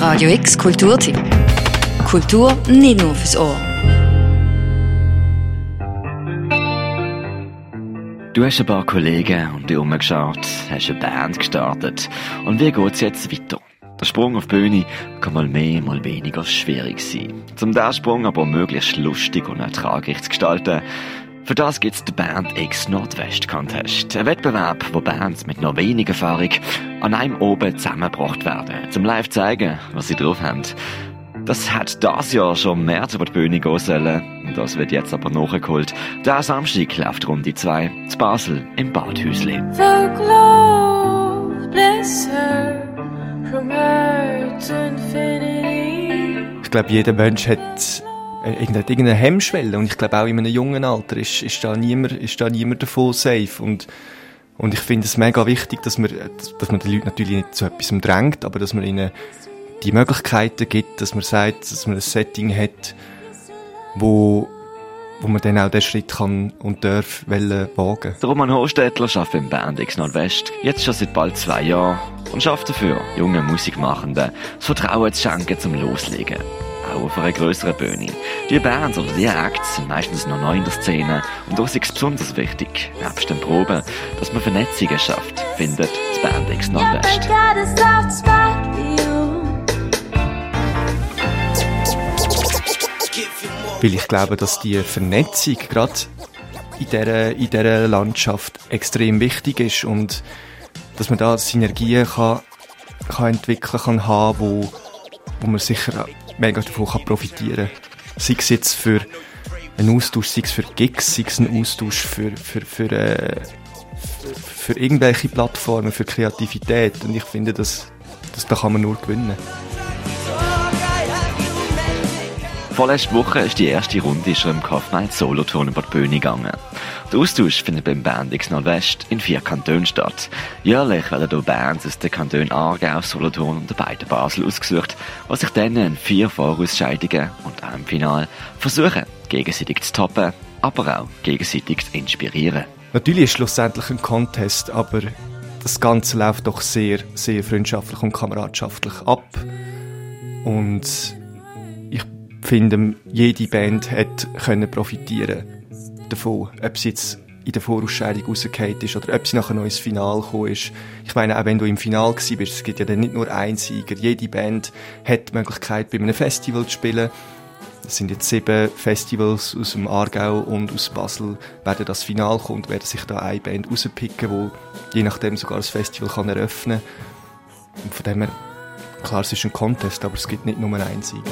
Radio X Kulturtipp. Kultur nicht nur fürs Ohr. Du hast ein paar Kollegen um dich herumgeschaut, hast eine Band gestartet. Und wie geht's jetzt weiter? Der Sprung auf die Bühne kann mal mehr, mal weniger schwierig sein. Um diesen Sprung aber möglichst lustig und ertragreich zu gestalten, für das gibt's den Band X Nordwest Contest. Ein Wettbewerb, wo Bands mit noch wenig Erfahrung an einem oben zusammengebracht werden, zum live zeigen, was sie drauf haben. Das hat das Jahr schon im März über die Bühne gehen sollen. Das wird jetzt aber nachgeholt. Der Samstag läuft Runde 2 zu Basel im Badhäusli. The glow, bless her, from earth to infinity. Ich glaube, jeder Mensch hat irgendeine Hemmschwelle. Und ich glaube, auch in einem jungen Alter ist da niemand davon safe. Und ich finde es mega wichtig, dass man die Leute natürlich nicht zu etwas drängt, aber dass man ihnen die Möglichkeiten gibt, dass man sagt, dass man ein Setting hat, wo man dann auch den Schritt kann und darf wagen. Der Roman Hostetler arbeitet im Band X Nordwest jetzt schon seit bald 2 Jahren und schafft dafür, jungen Musikmachenden das Vertrauen zu schenken zum Loslegen. Auch auf einer grösseren Bühne. Die Bands oder die Acts sind meistens noch neu in der Szene und auch ist es besonders wichtig, nebst den Proben, dass man Vernetzungen schafft, findet das Band X Nordwest. Weil ich glaube, dass die Vernetzung gerade in dieser Landschaft extrem wichtig ist und dass man da Synergien kann entwickeln kann haben, wo man sicher mega davon profitieren kann. Sei es jetzt für einen Austausch, sei es für Gigs, sei es ein Austausch für irgendwelche Plattformen, für Kreativität. Und ich finde, da kann man nur gewinnen. Vorletzte Woche ist die erste Runde schon im Kaufmann Solothurn über die Bühne gegangen. Der Austausch findet beim Band X Nordwest in 4 Kantonen statt. Jährlich werden hier Bands aus den Kantonen Aargau, Solothurn und der beiden Basel ausgesucht, die sich dann in 4 Vorausscheidungen und auch im Finale versuchen, gegenseitig zu toppen, aber auch gegenseitig zu inspirieren. Natürlich ist es schlussendlich ein Contest, aber das Ganze läuft doch sehr, sehr freundschaftlich und kameradschaftlich ab. Und ich finde, jede Band konnte profitieren davon, ob sie jetzt in der Vorausscheidung rausgefallen ist oder ob sie nachher noch ins Finale gekommen ist. Ich meine, auch wenn du im Finale gewesen bist, es gibt ja dann nicht nur einen Sieger. Jede Band hat die Möglichkeit, bei einem Festival zu spielen. Es sind jetzt 7 Festivals aus dem Aargau und aus Basel, werden das Finale kommen und werden sich da eine Band rauspicken, die je nachdem sogar das Festival kann eröffnen kann. Und von dem her, klar, es ist ein Contest, aber es gibt nicht nur einen Sieger.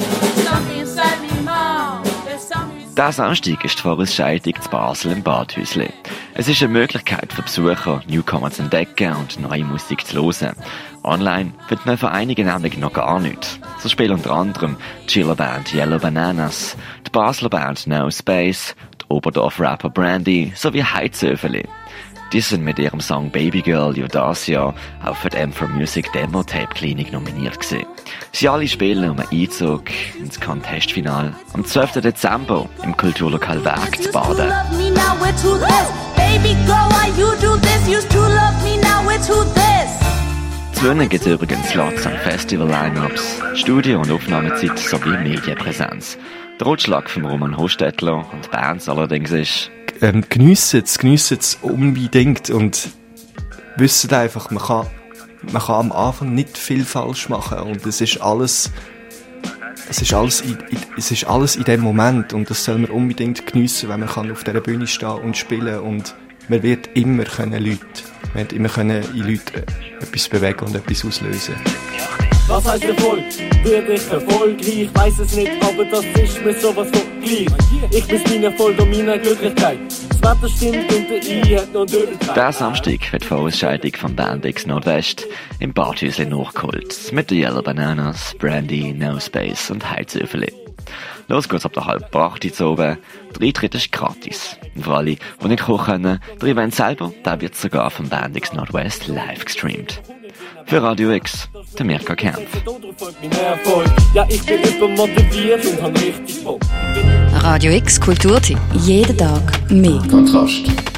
Diesen Samstag ist die Vorausscheidung zu Basel im Badhäusli. Es ist eine Möglichkeit für Besucher, Newcomer zu entdecken und neue Musik zu hören. Online findet man von einigen nämlich noch gar nichts. So spielen unter anderem die Schiller Band Yellow Bananas, die Basler Band No Space, die Oberdorf-Rapper Brandy sowie Heizöfeli. Die sind mit ihrem Song Baby Girl dieses Jahr auch für die M4 Music Demo Tape Klinik nominiert gewesen. Sie alle spielen um einen Einzug ins Contestfinale am 12. Dezember im Kulturlokal Werk zu Baden. Zu gewinnen gibt es übrigens Slots an Festival-Line-Ups, Studio- und Aufnahmezeit sowie Medienpräsenz. Der Rotschlag von Roman Hostetler und Bands allerdings ist: Geniessen es unbedingt und wissen einfach, man kann am Anfang nicht viel falsch machen und es ist alles in dem Moment und das soll man unbedingt geniessen, wenn man kann auf dieser Bühne stehen und spielen und man wird immer in Leuten etwas bewegen und etwas auslösen. Was heißt Erfolg? Werde ich erfolgreich? Ich weiss es nicht, aber das ist mir sowas von gleich. Ich bin mein Erfolg und meine Glücklichkeit. Das Wetter stimmt und der I hat noch Dürrigkeit. Der Samstag wird die Vorausscheidung von Band X Nordwest im Badhäusli nachgeholt. Mit den Yellow Bananas, Brandy, No Space und Heizöfeli. Los geht's ab der 7:30 zu oben. Der Eintritt ist gratis. Und für alle, die nicht kommen können, der Event selber, der wird sogar von Band X Nordwest live gestreamt. Für Radio X, der Mirka Kempf. Ja, ich bin übermotiviert und hab richtig Bock. Radio X Kulturtipp. Jeden Tag mehr. Kontrast.